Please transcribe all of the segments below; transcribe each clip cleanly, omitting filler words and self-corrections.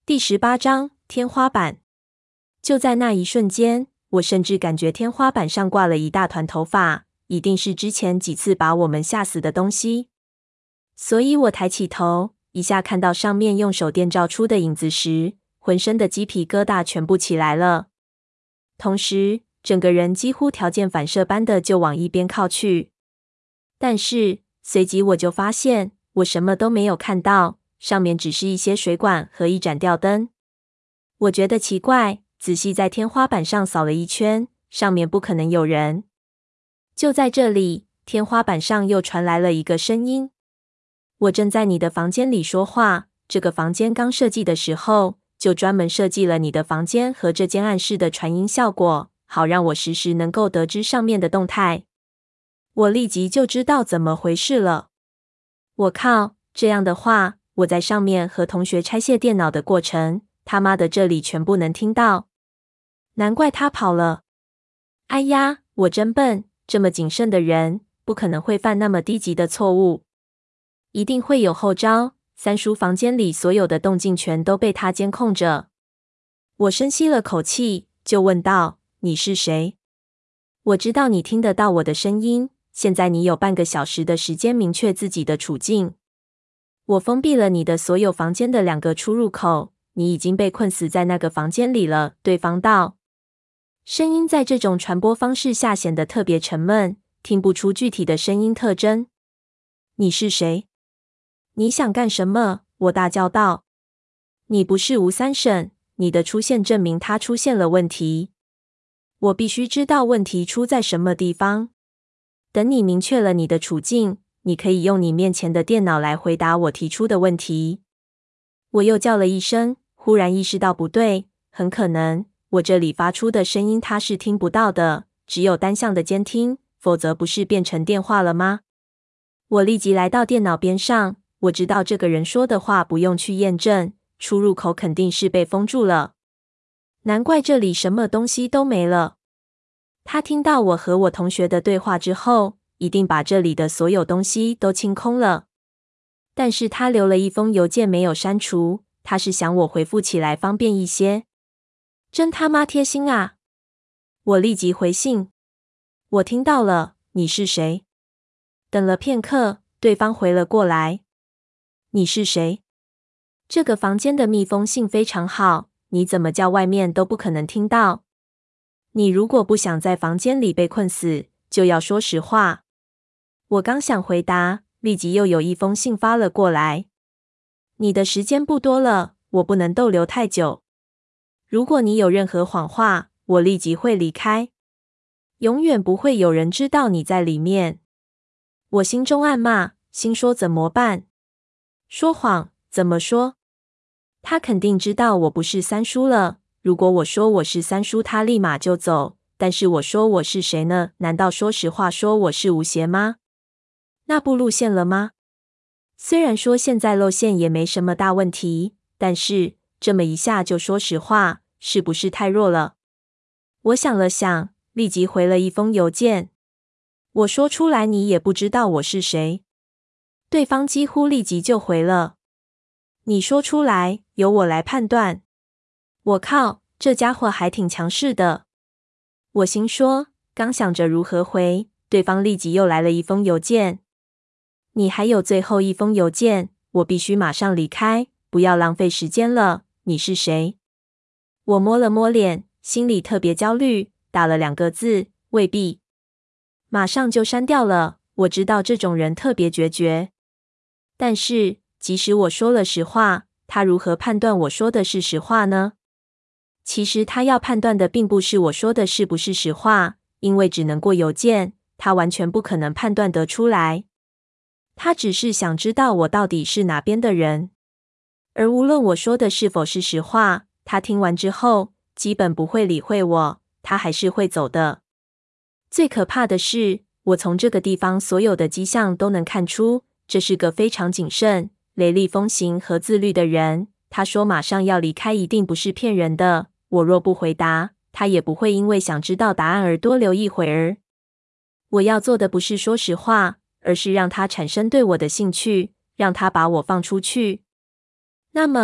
第18章天花板。就在那一瞬间，我甚至感觉天花板上挂了一大团头发，一定是之前几次把我们吓死的东西。所以我抬起头，一下看到上面用手电照出的影子时，浑身的鸡皮疙瘩全部起来了。同时，整个人几乎条件反射般的就往一边靠去。但是，随即我就发现，我什么都没有看到。上面只是一些水管和一盏吊灯。我觉得奇怪，仔细在天花板上扫了一圈，上面不可能有人。就在这里，天花板上又传来了一个声音：“我正在你的房间里说话。这个房间刚设计的时候，就专门设计了你的房间和这间暗室的传音效果，好让我时时能够得知上面的动态。”我立即就知道怎么回事了。我靠，这样的话，我在上面和同学拆卸电脑的过程，他妈的这里全部能听到。难怪他跑了。哎呀，我真笨，这么谨慎的人，不可能会犯那么低级的错误。一定会有后招，三叔房间里所有的动静全都被他监控着。我深吸了口气，就问道：“你是谁？”我知道你听得到我的声音，现在你有半个小时的时间明确自己的处境。我封闭了你的所有房间的2个出入口，你已经被困死在那个房间里了。对方道。声音在这种传播方式下显得特别沉闷，听不出具体的声音特征。你是谁？你想干什么？我大叫道。你不是吴三省，你的出现证明他出现了问题。我必须知道问题出在什么地方。等你明确了你的处境，你可以用你面前的电脑来回答我提出的问题。我又叫了一声，忽然意识到不对，很可能我这里发出的声音他是听不到的，只有单向的监听，否则不是变成电话了吗？我立即来到电脑边上，我知道这个人说的话不用去验证，出入口肯定是被封住了。难怪这里什么东西都没了。他听到我和我同学的对话之后，一定把这里的所有东西都清空了。但是他留了一封邮件没有删除，他是想我回复起来方便一些。真他妈贴心啊！我立即回信：我听到了，你是谁？等了片刻，对方回了过来：你是谁？这个房间的密封性非常好，你怎么叫外面都不可能听到。你如果不想在房间里被困死，就要说实话。我刚想回答，立即又有一封信发了过来。你的时间不多了，我不能逗留太久。如果你有任何谎话，我立即会离开。永远不会有人知道你在里面。我心中暗骂，心说怎么办？说谎？怎么说？他肯定知道我不是三叔了。如果我说我是三叔，他立马就走。但是我说我是谁呢？难道说实话说我是吴邪吗？那不露馅了吗？虽然说现在露馅也没什么大问题，但是这么一下就说实话，是不是太弱了？我想了想，立即回了一封邮件。我说出来你也不知道我是谁。对方几乎立即就回了。你说出来，由我来判断。我靠，这家伙还挺强势的。我心说，刚想着如何回，对方立即又来了一封邮件。你还有最后一封邮件，我必须马上离开，不要浪费时间了。你是谁？我摸了摸脸，心里特别焦虑，打了2个字，未必。马上就删掉了。我知道这种人特别决绝。但是，即使我说了实话，他如何判断我说的是实话呢？其实他要判断的并不是我说的是不是实话，因为只能过邮件，他完全不可能判断得出来。他只是想知道我到底是哪边的人。而无论我说的是否是实话，他听完之后，基本不会理会我，他还是会走的。最可怕的是，我从这个地方所有的迹象都能看出，这是个非常谨慎、雷厉风行和自律的人。他说马上要离开一定不是骗人的，我若不回答，他也不会因为想知道答案而多留一会儿。我要做的不是说实话，而是让他产生对我的兴趣，让他把我放出去。那么，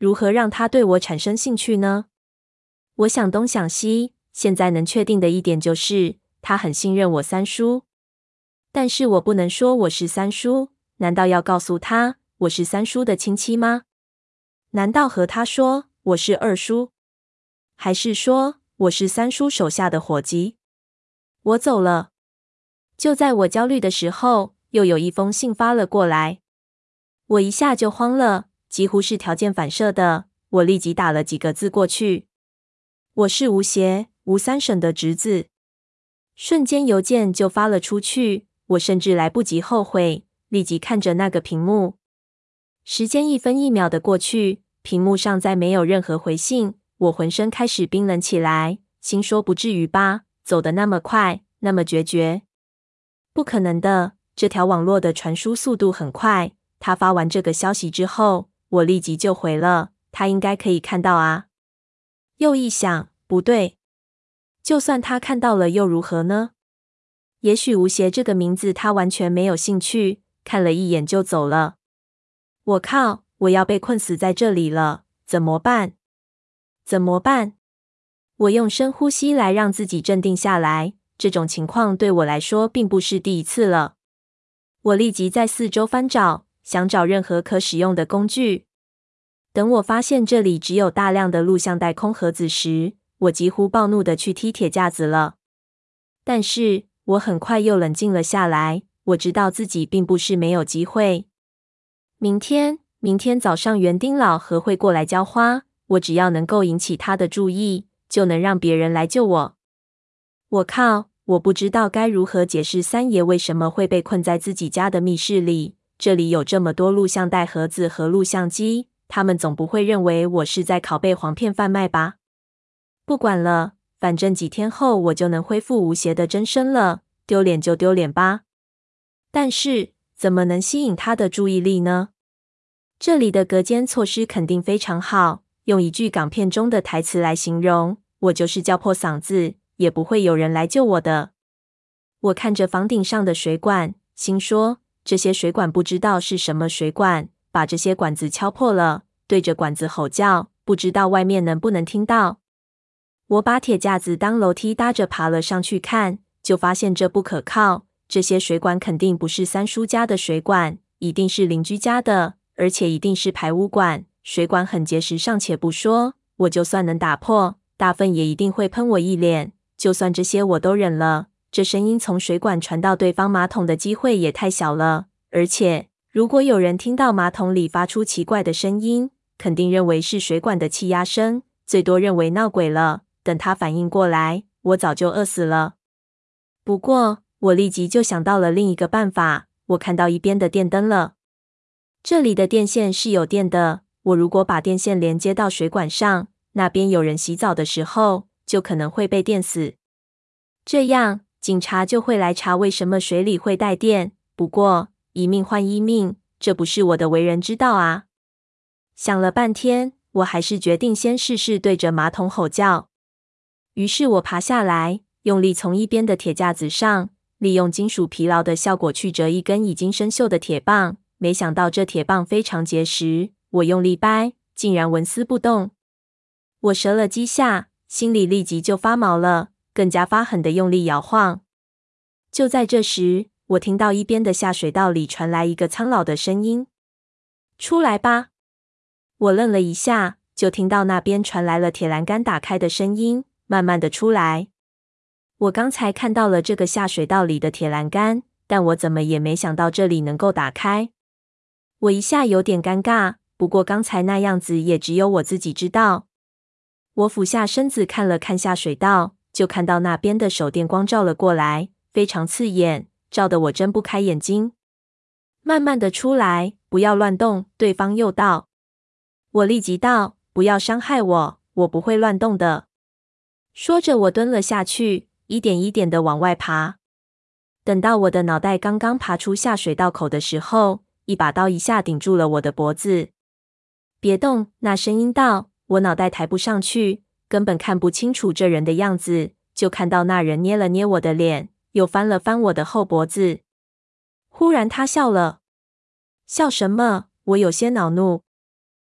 如何让他对我产生兴趣呢？我想东想西，现在能确定的一点就是，他很信任我三叔。但是我不能说我是三叔，难道要告诉他我是三叔的亲戚吗？难道和他说我是二叔？还是说我是三叔手下的伙计？我走了。就在我焦虑的时候，又有一封信发了过来。我一下就慌了，几乎是条件反射的，我立即打了几个字过去。我是吴邪，吴三省的侄子。瞬间邮件就发了出去，我甚至来不及后悔，立即看着那个屏幕。时间一分一秒的过去，屏幕上再没有任何回信，我浑身开始冰冷起来，心说不至于吧，走得那么快，那么决绝。不可能的，这条网络的传输速度很快，他发完这个消息之后，我立即就回了，他应该可以看到啊。又一想，不对，就算他看到了又如何呢？也许吴邪这个名字他完全没有兴趣，看了一眼就走了。我靠，我要被困死在这里了，怎么办？怎么办？我用深呼吸来让自己镇定下来，这种情况对我来说并不是第一次了。我立即在四周翻找，想找任何可使用的工具。等我发现这里只有大量的录像带空盒子时，我几乎暴怒的去踢铁架子了。但是我很快又冷静了下来，我知道自己并不是没有机会。明天早上园丁老何会过来浇花，我只要能够引起他的注意，就能让别人来救我。我靠，我不知道该如何解释三爷为什么会被困在自己家的密室里，这里有这么多录像带盒子和录像机，他们总不会认为我是在拷贝黄片贩卖吧？不管了，反正几天后我就能恢复吴邪的真身了，丢脸就丢脸吧。但是怎么能吸引他的注意力呢？这里的隔间措施肯定非常好，用一句港片中的台词来形容，我就是叫破嗓子，也不会有人来救我的。我看着房顶上的水管，心说，这些水管不知道是什么水管，把这些管子敲破了，对着管子吼叫，不知道外面能不能听到。我把铁架子当楼梯搭着爬了上去看，就发现这不可靠，这些水管肯定不是三叔家的水管，一定是邻居家的，而且一定是排污管，水管很结实尚且不说，我就算能打破，大粪也一定会喷我一脸，就算这些我都忍了，这声音从水管传到对方马桶的机会也太小了，而且如果有人听到马桶里发出奇怪的声音，肯定认为是水管的气压声，最多认为闹鬼了，等他反应过来，我早就饿死了。不过我立即就想到了另一个办法，我看到一边的电灯了。这里的电线是有电的，我如果把电线连接到水管上，那边有人洗澡的时候，就可能会被电死。这样，警察就会来查为什么水里会带电。不过，一命换一命，这不是我的为人之道啊。想了半天，我还是决定先试试对着马桶吼叫。于是我爬下来，用力从一边的铁架子上，利用金属疲劳的效果去折一根已经生锈的铁棒。没想到这铁棒非常结实，我用力掰，竟然纹丝不动。我折了几下，心里立即就发毛了，更加发狠的用力摇晃。就在这时，我听到一边的下水道里传来一个苍老的声音：“出来吧！”我愣了一下，就听到那边传来了铁栏杆打开的声音，慢慢的出来。我刚才看到了这个下水道里的铁栏杆，但我怎么也没想到这里能够打开。我一下有点尴尬，不过刚才那样子也只有我自己知道。我俯下身子看了看下水道，就看到那边的手电光照了过来，非常刺眼，照得我睁不开眼睛。慢慢的出来，不要乱动，对方又道。我立即道，不要伤害我，我不会乱动的。说着我蹲了下去，一点一点的往外爬。等到我的脑袋刚刚爬出下水道口的时候，一把刀一下顶住了我的脖子。别动，那声音道，我脑袋抬不上去，根本看不清楚这人的样子，就看到那人捏了捏我的脸，又翻了翻我的后脖子。忽然他笑了。笑什么？我有些恼怒。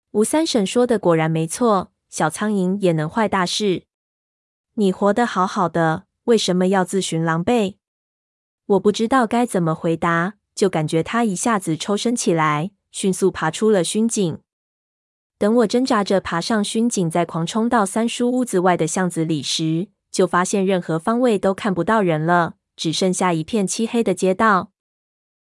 吴三婶说的果然没错，小苍蝇也能坏大事。你活得好好的，为什么要自寻狼狈？我不知道该怎么回答，就感觉他一下子抽身起来，迅速爬出了熏井。等我挣扎着爬上熏井，再狂冲到三叔屋子外的巷子里时，就发现任何方位都看不到人了，只剩下一片漆黑的街道。